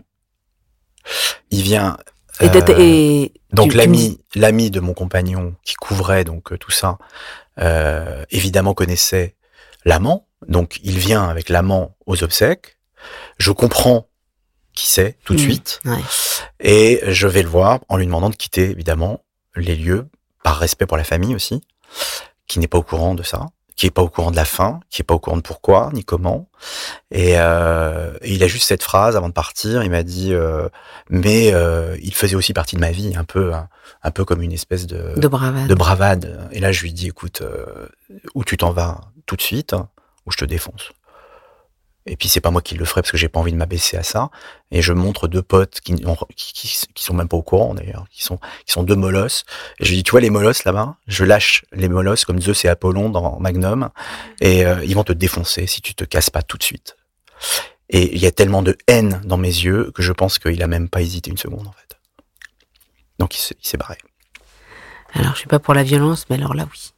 [SPEAKER 1] Il vient.
[SPEAKER 2] Et,
[SPEAKER 1] euh,
[SPEAKER 2] et
[SPEAKER 1] donc
[SPEAKER 2] tu,
[SPEAKER 1] l'ami,
[SPEAKER 2] tu...
[SPEAKER 1] l'ami de mon compagnon qui couvrait donc tout ça, euh, évidemment connaissait l'amant. Donc il vient avec l'amant aux obsèques. Je comprends qui c'est tout de mmh, suite,
[SPEAKER 2] ouais.
[SPEAKER 1] Et je vais le voir en lui demandant de quitter évidemment les lieux par respect pour la famille aussi. Qui n'est pas au courant de ça, qui est pas au courant de la fin, qui est pas au courant de pourquoi ni comment. Et, euh, et il a juste cette phrase avant de partir. Il m'a dit, euh, mais euh, il faisait aussi partie de ma vie, un peu, un, un peu comme une espèce de
[SPEAKER 2] de bravade.
[SPEAKER 1] de bravade. Et là, je lui dis, écoute, euh, où tu t'en vas tout de suite, hein, ou je te défonce. Et puis c'est pas moi qui le ferai parce que j'ai pas envie de m'abaisser à ça. Et je montre deux potes qui, ont, qui, qui, qui sont même pas au courant d'ailleurs, qui sont, qui sont deux molosses. Et je dis, tu vois les molosses là-bas, je lâche les molosses comme Zeus et Apollon dans Magnum, et euh, ils vont te défoncer si tu te casses pas tout de suite. Et il y a tellement de haine dans mes yeux que je pense qu'il a même pas hésité une seconde en fait. Donc il s'est, il s'est barré.
[SPEAKER 2] Alors je suis pas pour la violence, mais alors là oui.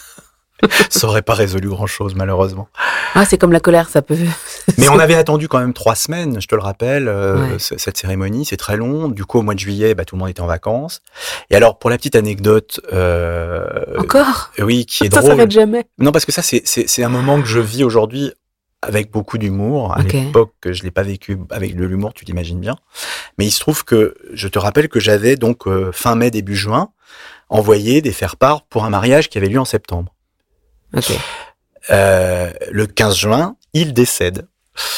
[SPEAKER 1] Ça aurait pas résolu grand-chose, malheureusement.
[SPEAKER 2] Ah, c'est comme la colère, ça peut...
[SPEAKER 1] Mais on avait attendu quand même trois semaines, je te le rappelle, euh,
[SPEAKER 2] ouais.
[SPEAKER 1] c- cette cérémonie, c'est très long. Du coup, au mois de juillet, bah, tout le monde était en vacances. Et alors, pour la petite anecdote... Euh,
[SPEAKER 2] Encore
[SPEAKER 1] euh, Oui, qui est
[SPEAKER 2] ça
[SPEAKER 1] drôle. Ça
[SPEAKER 2] s'arrête jamais.
[SPEAKER 1] Non, parce que ça, c'est, c'est, c'est un moment que je vis aujourd'hui avec beaucoup d'humour. À
[SPEAKER 2] okay.
[SPEAKER 1] l'époque, je l'ai pas vécu avec de l'humour, tu l'imagines bien. Mais il se trouve que, je te rappelle que j'avais donc euh, fin mai, début juin, envoyé des faire-part pour un mariage qui avait lieu en septembre.
[SPEAKER 2] Ok.
[SPEAKER 1] Euh, le quinze juin, il décède.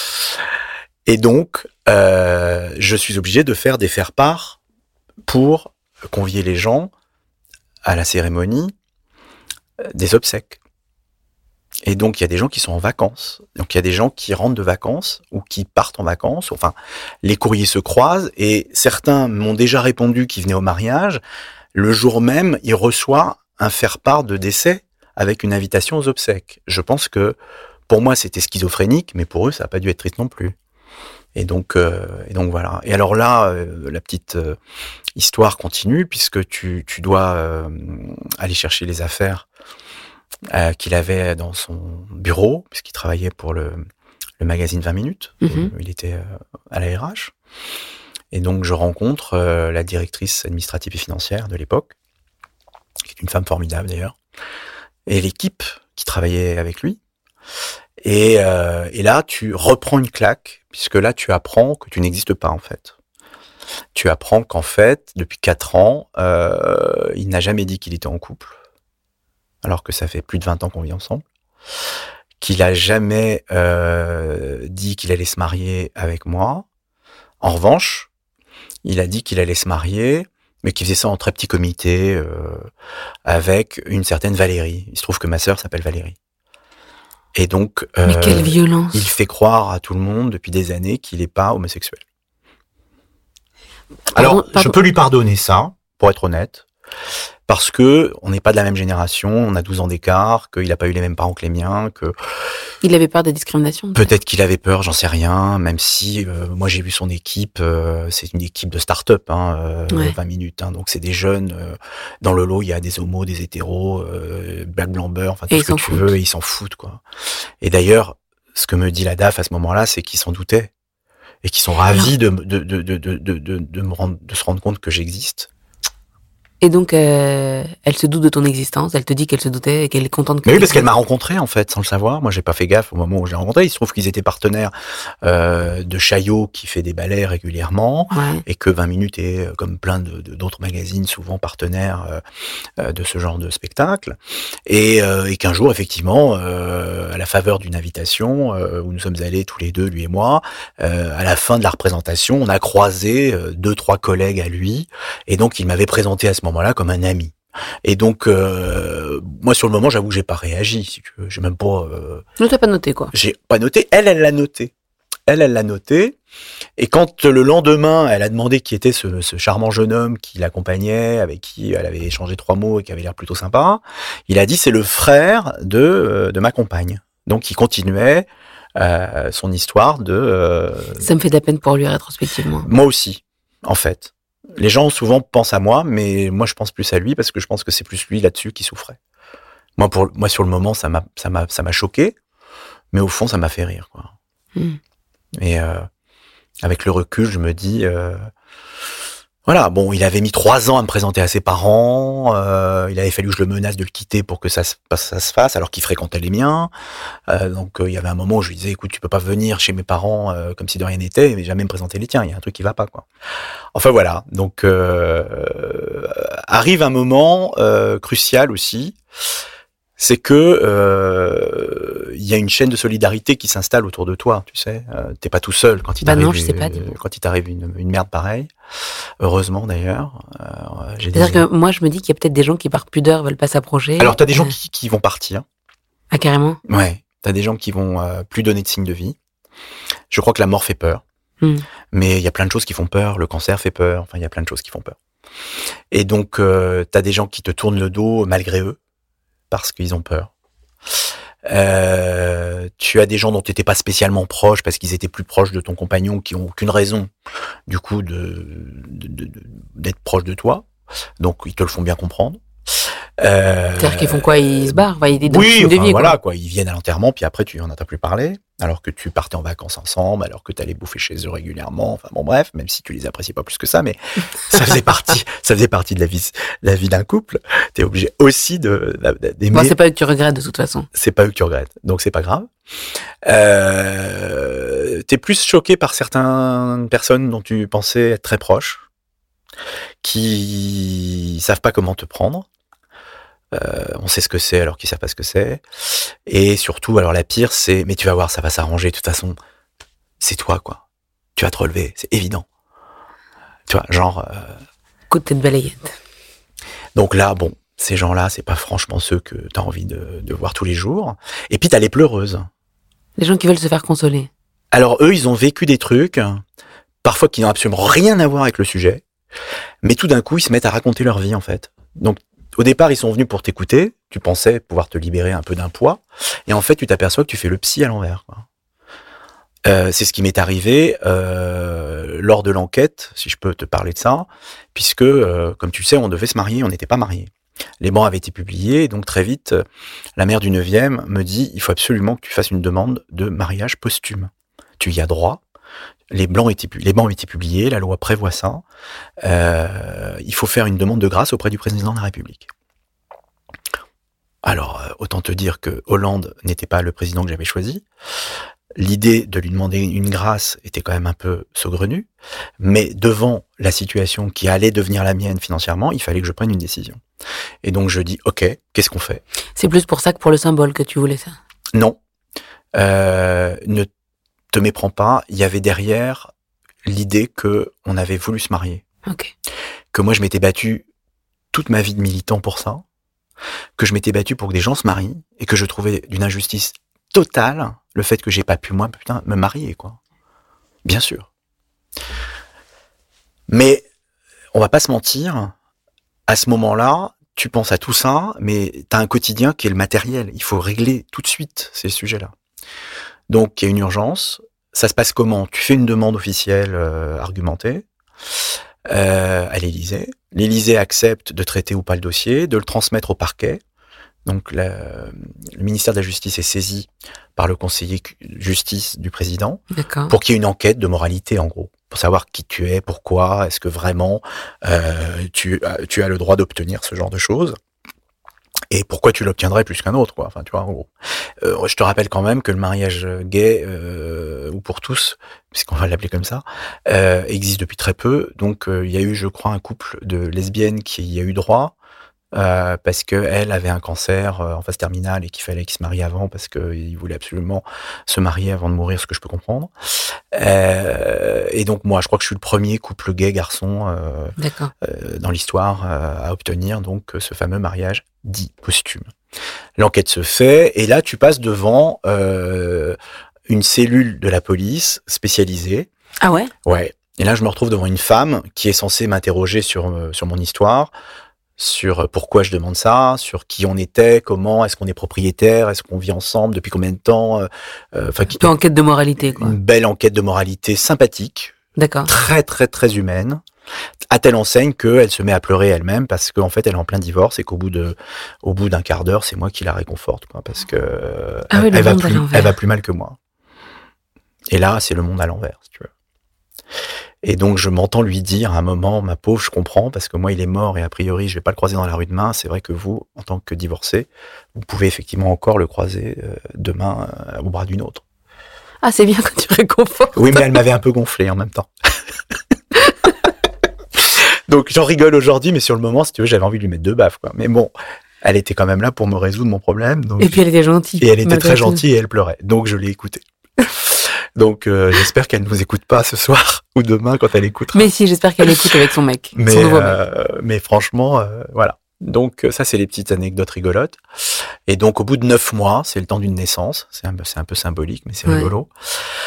[SPEAKER 1] Et donc, euh, je suis obligé de faire des faire-part pour convier les gens à la cérémonie des obsèques. Et donc, il y a des gens qui sont en vacances. Donc, il y a des gens qui rentrent de vacances ou qui partent en vacances. Enfin, les courriers se croisent et certains m'ont déjà répondu qu'ils venaient au mariage. Le jour même, ils reçoivent un faire-part de décès avec une invitation aux obsèques. Je pense que, pour moi, c'était schizophrénique, mais pour eux, ça n'a pas dû être triste non plus. Et donc, euh, et donc voilà. Et alors là, euh, la petite euh, histoire continue, puisque tu, tu dois euh, aller chercher les affaires euh, qu'il avait dans son bureau, puisqu'il travaillait pour le, le magazine vingt minutes.
[SPEAKER 2] Mm-hmm.
[SPEAKER 1] Il était euh, à la R H. Et donc, je rencontre euh, la directrice administrative et financière de l'époque, qui est une femme formidable d'ailleurs, et l'équipe qui travaillait avec lui. Et, euh, et là, tu reprends une claque, puisque là, tu apprends que tu n'existes pas, en fait. Tu apprends qu'en fait, depuis quatre ans, euh, il n'a jamais dit qu'il était en couple, alors que ça fait plus de vingt ans qu'on vit ensemble. Qu'il a jamais euh, dit qu'il allait se marier avec moi. En revanche, il a dit qu'il allait se marier, mais qu'il faisait ça en très petit comité, euh, avec une certaine Valérie. Il se trouve que ma sœur s'appelle Valérie. Et donc, euh,
[SPEAKER 2] mais quelle violence.
[SPEAKER 1] Il fait croire à tout le monde depuis des années qu'il n'est pas homosexuel. Pardon, Alors, pardon. Je peux lui pardonner ça, pour être honnête, parce que on n'est pas de la même génération, on a douze ans d'écart, qu'il n'a pas eu les mêmes parents que les miens, que...
[SPEAKER 2] Il avait peur de discrimination.
[SPEAKER 1] Peut-être qu'il avait peur, j'en sais rien, même si euh, moi j'ai vu son équipe, euh, c'est une équipe de start-up, hein, euh, ouais. vingt minutes, hein, donc c'est des jeunes, euh, dans le lot il y a des homos, des hétéros, euh, black, blanc, beurre, enfin tout et ce que tu foutent. veux, et ils s'en foutent, quoi. Et d'ailleurs, ce que me dit la D A F à ce moment-là, c'est qu'ils s'en doutaient, et qu'ils sont ravis de, de, de, de, de, de, de, de, me rendre, de se rendre compte que j'existe.
[SPEAKER 2] Et donc, euh, elle se doute de ton existence, elle te dit qu'elle se doutait et qu'elle est contente que...
[SPEAKER 1] Mais oui, parce qu'elle m'a rencontré, en fait, sans le savoir. Moi, j'ai pas fait gaffe au moment où je l'ai rencontré. Il se trouve qu'ils étaient partenaires euh, de Chaillot, qui fait des ballets régulièrement,
[SPEAKER 2] ouais.
[SPEAKER 1] et que vingt minutes est, comme plein de, de, d'autres magazines, souvent partenaires euh, de ce genre de spectacle. Et, euh, et qu'un jour, effectivement, euh, à la faveur d'une invitation, euh, où nous sommes allés tous les deux, lui et moi, euh, à la fin de la représentation, on a croisé euh, deux, trois collègues à lui, et donc il m'avait présenté à ce moment-là comme un ami. Et donc, euh, moi, sur le moment, j'avoue que j'ai pas réagi, si tu veux. J'ai même pas... Euh,
[SPEAKER 2] ne t'as pas noté, quoi.
[SPEAKER 1] J'ai pas noté. Elle, elle l'a noté. Elle, elle l'a noté. Et quand le lendemain, elle a demandé qui était ce, ce charmant jeune homme qui l'accompagnait, avec qui elle avait échangé trois mots et qui avait l'air plutôt sympa, il a dit, c'est le frère de, euh, de ma compagne. Donc, il continuait euh, son histoire de... Euh,
[SPEAKER 2] Ça me fait de la peine pour lui, rétrospectivement.
[SPEAKER 1] Moi aussi, en fait. Les gens souvent pensent à moi, mais moi je pense plus à lui parce que je pense que c'est plus lui là-dessus qui souffrait. Moi, pour moi sur le moment, ça m'a, ça m'a, ça m'a choqué, mais au fond, ça m'a fait rire, quoi. Mm. Et euh, avec le recul, je me dis, euh, voilà, bon, il avait mis trois ans à me présenter à ses parents. Euh, il avait fallu que je le menace de le quitter pour que ça se, ça se fasse, alors qu'il fréquentait les miens. Euh, donc, euh, il y avait un moment où je lui disais, écoute, tu peux pas venir chez mes parents euh, comme si de rien n'était, mais jamais me présenter les tiens. Il y a un truc qui va pas, quoi. Enfin voilà. Donc, euh, arrive un moment euh, crucial aussi, c'est que euh, il y a une chaîne de solidarité qui s'installe autour de toi. Tu sais, euh, t'es pas tout seul quand il
[SPEAKER 2] bah
[SPEAKER 1] t'arrive.
[SPEAKER 2] Non, je sais pas,
[SPEAKER 1] euh, quand il t'arrive une, une merde pareille. Heureusement d'ailleurs. Euh,
[SPEAKER 2] j'ai C'est-à-dire des... que moi je me dis qu'il y a peut-être des gens qui par pudeur veulent pas s'approcher.
[SPEAKER 1] Alors t'as des gens euh... qui, qui vont partir.
[SPEAKER 2] Ah carrément.
[SPEAKER 1] Ouais. T'as des gens qui vont euh, plus donner de signes de vie. Je crois que la mort fait peur.
[SPEAKER 2] Mmh.
[SPEAKER 1] Mais il y a plein de choses qui font peur. Le cancer fait peur. Enfin, il y a plein de choses qui font peur. Et donc, euh, t'as des gens qui te tournent le dos malgré eux parce qu'ils ont peur. Euh, tu as des gens dont tu n'étais pas spécialement proche parce qu'ils étaient plus proches de ton compagnon, qui ont aucune raison, du coup, de, de, de, de d'être proche de toi. Donc, ils te le font bien comprendre. Euh,
[SPEAKER 2] C'est-à-dire qu'ils font quoi? Ils se barrent? Enfin, ils
[SPEAKER 1] oui, enfin,
[SPEAKER 2] de vie,
[SPEAKER 1] voilà,
[SPEAKER 2] quoi.
[SPEAKER 1] quoi. Ils viennent à l'enterrement, puis après, tu en as plus parlé, alors que tu partais en vacances ensemble, alors que tu allais bouffer chez eux régulièrement. Enfin, bon, bref, même si tu les appréciais pas plus que ça, mais ça faisait partie, ça faisait partie de la vie, de la vie d'un couple. T'es obligé aussi de, d'aimer.
[SPEAKER 2] Bon, c'est pas eux que tu regrettes, de toute façon.
[SPEAKER 1] C'est pas eux que tu regrettes. Donc, c'est pas grave. Euh, t'es plus choqué par certaines personnes dont tu pensais être très proche, qui savent pas comment te prendre. Euh, on sait ce que c'est alors qu'ils savent pas ce que c'est. Et surtout, alors la pire, c'est, mais tu vas voir, ça va s'arranger. De toute façon, c'est toi, quoi. Tu vas te relever, c'est évident. Tu vois, genre. Euh...
[SPEAKER 2] Coup de tête balayette.
[SPEAKER 1] Donc là, bon, ces gens-là, c'est pas franchement ceux que t'as envie de, de voir tous les jours. Et puis t'as les pleureuses.
[SPEAKER 2] Les gens qui veulent se faire consoler.
[SPEAKER 1] Alors eux, ils ont vécu des trucs, parfois qui n'ont absolument rien à voir avec le sujet, mais tout d'un coup, ils se mettent à raconter leur vie, en fait. Donc au départ, ils sont venus pour t'écouter. Tu pensais pouvoir te libérer un peu d'un poids. Et en fait, tu t'aperçois que tu fais le psy à l'envers, quoi. Euh, c'est ce qui m'est arrivé euh, lors de l'enquête, si je peux te parler de ça, puisque, euh, comme tu le sais, on devait se marier, on n'était pas mariés. Les bancs avaient été publiés, et donc très vite, la mère du neuvième me dit « Il faut absolument que tu fasses une demande de mariage posthume. Tu y as droit. » Les, blancs étaient, les bancs ont été publiés, la loi prévoit ça. Euh, il faut faire une demande de grâce auprès du président de la République. Alors, autant te dire que Hollande n'était pas le président que j'avais choisi. L'idée de lui demander une grâce était quand même un peu saugrenue, mais devant la situation qui allait devenir la mienne financièrement, il fallait que je prenne une décision. Et donc je dis, ok, qu'est-ce qu'on fait?
[SPEAKER 2] C'est plus pour ça que pour le symbole que tu voulais ça?
[SPEAKER 1] Non. Euh, ne te méprends pas, il y avait derrière l'idée que on avait voulu se marier.
[SPEAKER 2] Ok. Que
[SPEAKER 1] moi je m'étais battu toute ma vie de militant pour ça, que je m'étais battu pour que des gens se marient, et que je trouvais d'une injustice totale le fait que j'ai pas pu, moi, putain, me marier, quoi. Bien sûr. Mais, on va pas se mentir, à ce moment-là, tu penses à tout ça, mais t'as un quotidien qui est le matériel. Il faut régler tout de suite ces sujets-là. Donc, il y a une urgence. Ça se passe comment? Tu fais une demande officielle euh, argumentée euh, à l'Élysée. L'Élysée accepte de traiter ou pas le dossier, de le transmettre au parquet. Donc, la, le ministère de la Justice est saisi par le conseiller justice du président.
[SPEAKER 2] D'accord.
[SPEAKER 1] Pour qu'il y ait une enquête de moralité, en gros, pour savoir qui tu es, pourquoi, est-ce que vraiment euh, tu, tu as le droit d'obtenir ce genre de choses, et pourquoi tu l'obtiendrais plus qu'un autre, quoi. Enfin, tu vois, en gros. Euh, je te rappelle quand même que le mariage gay, euh, ou pour tous, puisqu'on va l'appeler comme ça, euh, existe depuis très peu. Donc, euh, il y a eu, je crois, un couple de lesbiennes qui y a eu droit. Euh, parce que elle avait un cancer euh, en phase terminale et qu'il fallait qu'ils se marient avant parce qu'il voulait absolument se marier avant de mourir, ce que je peux comprendre. Euh, et donc moi, je crois que je suis le premier couple gay garçon euh, euh, dans l'histoire euh, à obtenir donc ce fameux mariage dit posthume. L'enquête se fait et là, tu passes devant euh, une cellule de la police spécialisée.
[SPEAKER 2] Ah ouais?
[SPEAKER 1] Ouais. Et là, je me retrouve devant une femme qui est censée m'interroger sur sur mon histoire, sur pourquoi je demande ça, sur qui on était, comment, est-ce qu'on est propriétaire, est-ce qu'on vit ensemble, depuis combien de temps.
[SPEAKER 2] Enfin, euh, une enquête de moralité, quoi.
[SPEAKER 1] Une belle enquête de moralité sympathique.
[SPEAKER 2] D'accord.
[SPEAKER 1] Très, très, très humaine. À telle enseigne qu'elle se met à pleurer elle-même parce qu'en fait, elle est en plein divorce et qu'au bout de, au bout d'un quart d'heure, c'est moi qui la réconforte, quoi, parce que
[SPEAKER 2] ah
[SPEAKER 1] elle,
[SPEAKER 2] oui,
[SPEAKER 1] elle va plus, elle va plus mal que moi. Et là, c'est le monde à l'envers, si tu veux. Et donc, je m'entends lui dire à un moment, ma pauvre, je comprends, parce que moi, il est mort et a priori, je vais pas le croiser dans la rue demain. C'est vrai que vous, en tant que divorcé, vous pouvez effectivement encore le croiser euh, demain euh, au bras d'une autre.
[SPEAKER 2] Ah, c'est bien quand tu réconfortes.
[SPEAKER 1] Oui, mais elle m'avait un peu gonflé en même temps. Donc, j'en rigole aujourd'hui, mais sur le moment, si tu veux, j'avais envie de lui mettre deux baffes, quoi. Mais bon, elle était quand même là pour me résoudre mon problème. Donc...
[SPEAKER 2] Et puis, elle était gentille.
[SPEAKER 1] Et elle était très gentille et elle pleurait. Donc, je l'ai écoutée. Donc, euh, j'espère qu'elle ne nous écoute pas ce soir ou demain quand elle écoutera.
[SPEAKER 2] Mais si, j'espère qu'elle écoute avec son mec,
[SPEAKER 1] mais,
[SPEAKER 2] son nouveau
[SPEAKER 1] euh, mec. Mais franchement, euh, voilà. Donc, ça, c'est les petites anecdotes rigolotes. Et donc, au bout de neuf mois, c'est le temps d'une naissance. C'est un, c'est un peu symbolique, mais c'est ouais. rigolo.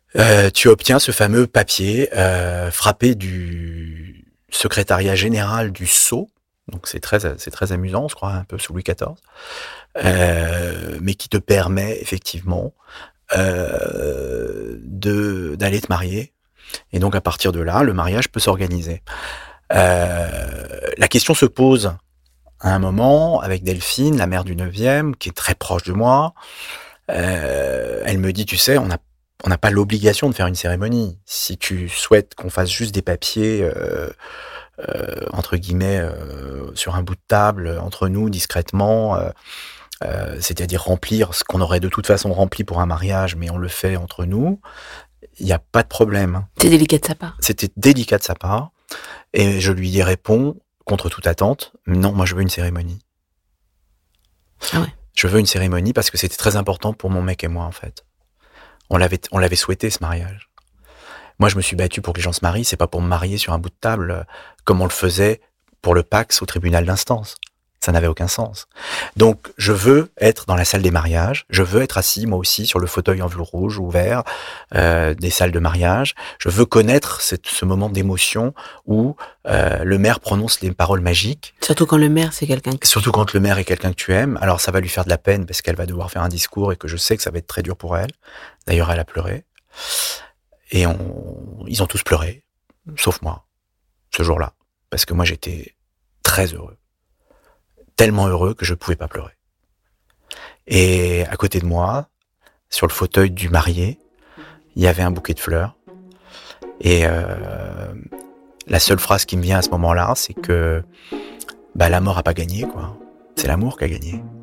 [SPEAKER 1] euh, tu obtiens ce fameux papier euh, frappé du secrétariat général du Sceau. Donc c'est très, c'est très amusant, on se croit un peu sous Louis quatorze, euh, mais qui te permet effectivement euh, de d'aller te marier. Et donc à partir de là, le mariage peut s'organiser. Euh, la question se pose à un moment avec Delphine, la mère du neuvième, qui est très proche de moi. Euh, elle me dit, tu sais, on n'a on n'a pas l'obligation de faire une cérémonie. Si tu souhaites qu'on fasse juste des papiers, euh, euh, entre guillemets, euh, sur un bout de table, entre nous, discrètement, euh, euh, c'est-à-dire remplir ce qu'on aurait de toute façon rempli pour un mariage, mais on le fait entre nous, il n'y a pas de problème.
[SPEAKER 2] C'est délicat de sa part.
[SPEAKER 1] C'était délicat de sa part. Et je lui y réponds, contre toute attente, non, moi je veux une cérémonie.
[SPEAKER 2] Ah ouais.
[SPEAKER 1] Je veux une cérémonie parce que c'était très important pour mon mec et moi, en fait. On l'avait, on l'avait souhaité, ce mariage. Moi, je me suis battu pour que les gens se marient, c'est pas pour me marier sur un bout de table, comme on le faisait pour le P A C S au tribunal d'instance. Ça n'avait aucun sens. Donc, je veux être dans la salle des mariages. Je veux être assis, moi aussi, sur le fauteuil en velours rouge ou vert euh, des salles de mariage. Je veux connaître cette, ce moment d'émotion où euh, le maire prononce les paroles magiques.
[SPEAKER 2] Surtout quand le maire, c'est quelqu'un que...
[SPEAKER 1] Surtout quand le maire est quelqu'un que tu aimes. Alors, ça va lui faire de la peine parce qu'elle va devoir faire un discours et que je sais que ça va être très dur pour elle. D'ailleurs, elle a pleuré. Et on, ils ont tous pleuré, sauf moi, ce jour-là. Parce que moi, j'étais très heureux. Tellement heureux que je pouvais pas pleurer. Et à côté de moi, sur le fauteuil du marié, il y avait un bouquet de fleurs. Et euh, la seule phrase qui me vient à ce moment-là, c'est que bah, la mort a pas gagné, quoi. C'est l'amour qui a gagné.